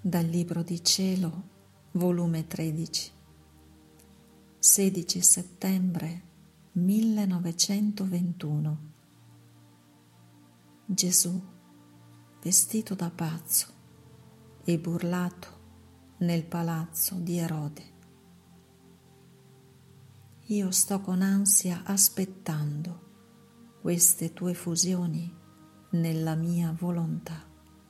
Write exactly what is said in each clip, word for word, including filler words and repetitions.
Dal Libro di Cielo, volume tredici, sedici settembre millenovecentoventuno. Gesù, vestito da pazzo e burlato nel palazzo di Erode. Io sto con ansia aspettando queste tue fusioni nella mia volontà.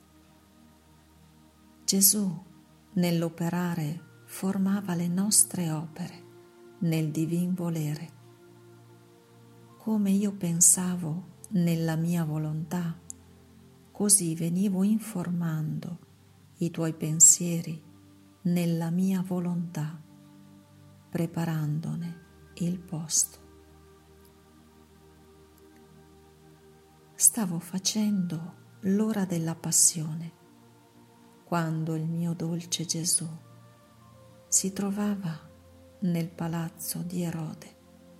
Gesù, nell'operare, formava le nostre opere nel divin volere. Come io pensavo nella mia volontà, così venivo informando i tuoi pensieri nella mia volontà, preparandone il posto. Stavo facendo l'ora della passione, quando il mio dolce Gesù si trovava nel palazzo di Erode,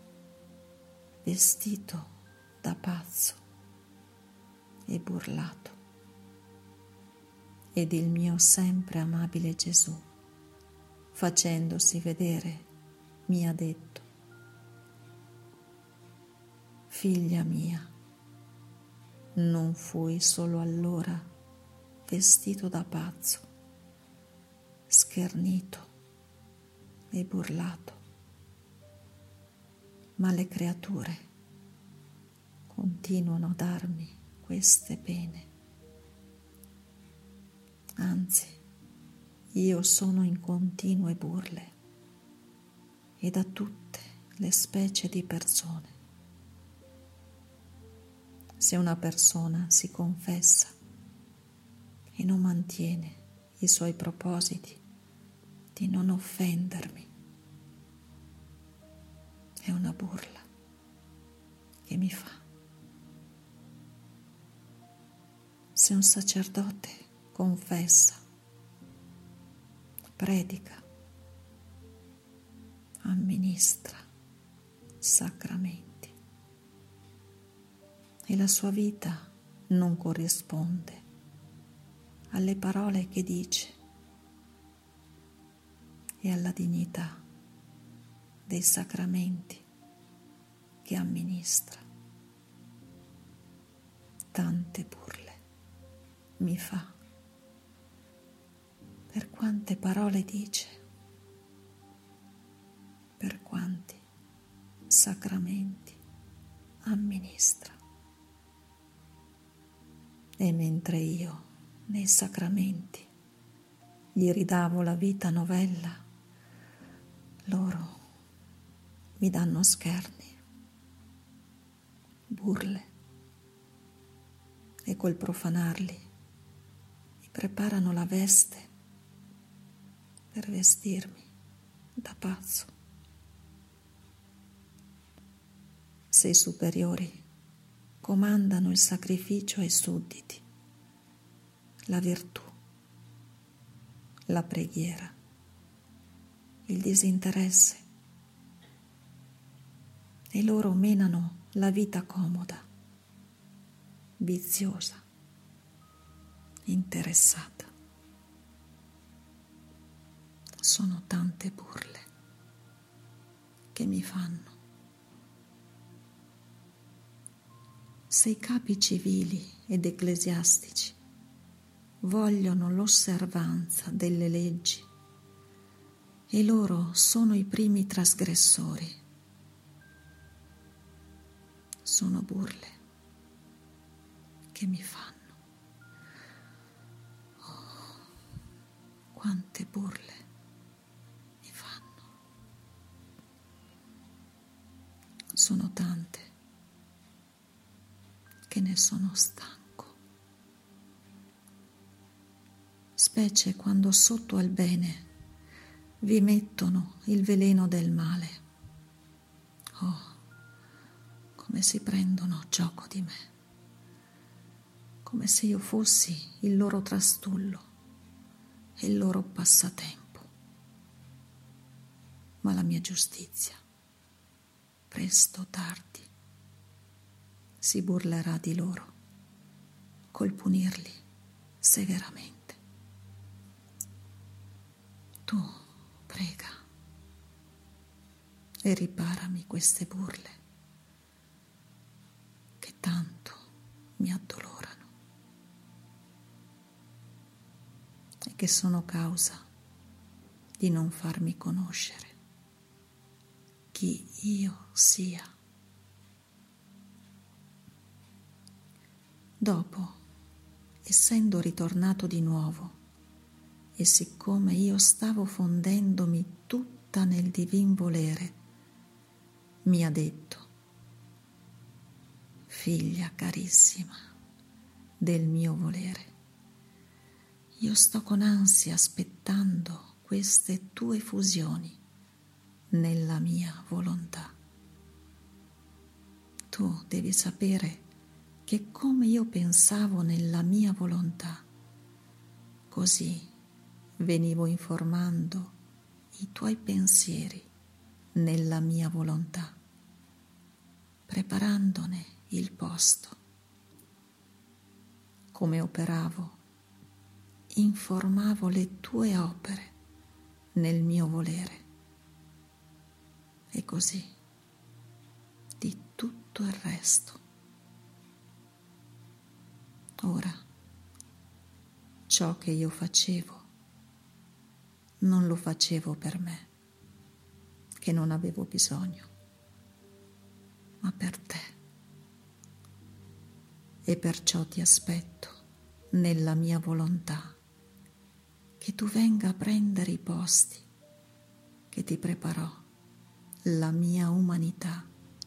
vestito da pazzo e burlato. Ed il mio sempre amabile Gesù, facendosi vedere, mi ha detto: figlia mia, non fui solo allora vestito da pazzo, schernito e burlato, ma le creature continuano a darmi queste pene. Anzi, io sono in continue burle e da tutte le specie di persone. Se una persona si confessa e non mantiene i suoi propositi di non offendermi, è una burla che mi fa. Se un sacerdote confessa, predica, amministra sacramenti e la sua vita non corrisponde alle parole che dice e alla dignità dei sacramenti che amministra, tante burle mi fa. Per quante parole dice, per quanti sacramenti amministra. E mentre io nei sacramenti gli ridavo la vita novella, loro mi danno scherni, burle, e col profanarli mi preparano la veste per vestirmi da pazzo. Se i superiori comandano il sacrificio ai sudditi, la virtù, la preghiera, il disinteresse, e loro menano la vita comoda, viziosa, interessata. Sono tante burle che mi fanno. Se i capi civili ed ecclesiastici vogliono l'osservanza delle leggi e loro sono i primi trasgressori, sono burle che mi fanno. Oh, quante burle mi fanno. Sono tante che ne sono stanco, specie quando sotto al bene vi mettono il veleno del male. Oh, come si prendono gioco di me, come se io fossi il loro trastullo e il loro passatempo. Ma la mia giustizia, presto o tardi, si burlerà di loro col punirli severamente. Tu prega e riparami queste burle che tanto mi addolorano e che sono causa di non farmi conoscere chi io sia. Dopo, essendo ritornato di nuovo, e siccome io stavo fondendomi tutta nel divin volere, mi ha detto: figlia carissima del mio volere, io sto con ansia aspettando queste tue fusioni nella mia volontà. Tu devi sapere che come io pensavo nella mia volontà, così venivo informando i tuoi pensieri nella mia volontà, preparandone il posto. Come operavo, informavo le tue opere nel mio volere, e così di tutto il resto. Ora, ciò che io facevo non lo facevo per me, che non avevo bisogno, ma per te. E perciò ti aspetto nella mia volontà che tu venga a prendere i posti che ti preparò la mia umanità,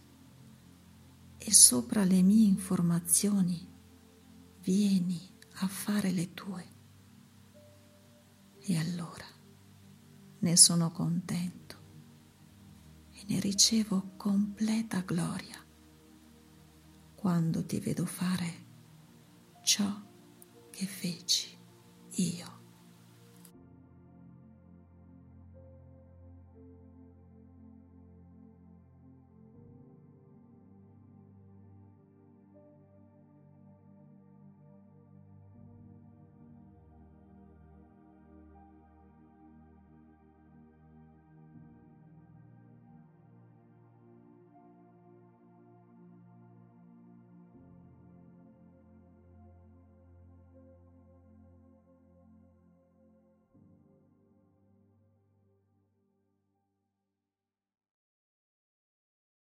e sopra le mie informazioni vieni a fare le tue. E allora ne sono contento e ne ricevo completa gloria quando ti vedo fare ciò che feci io.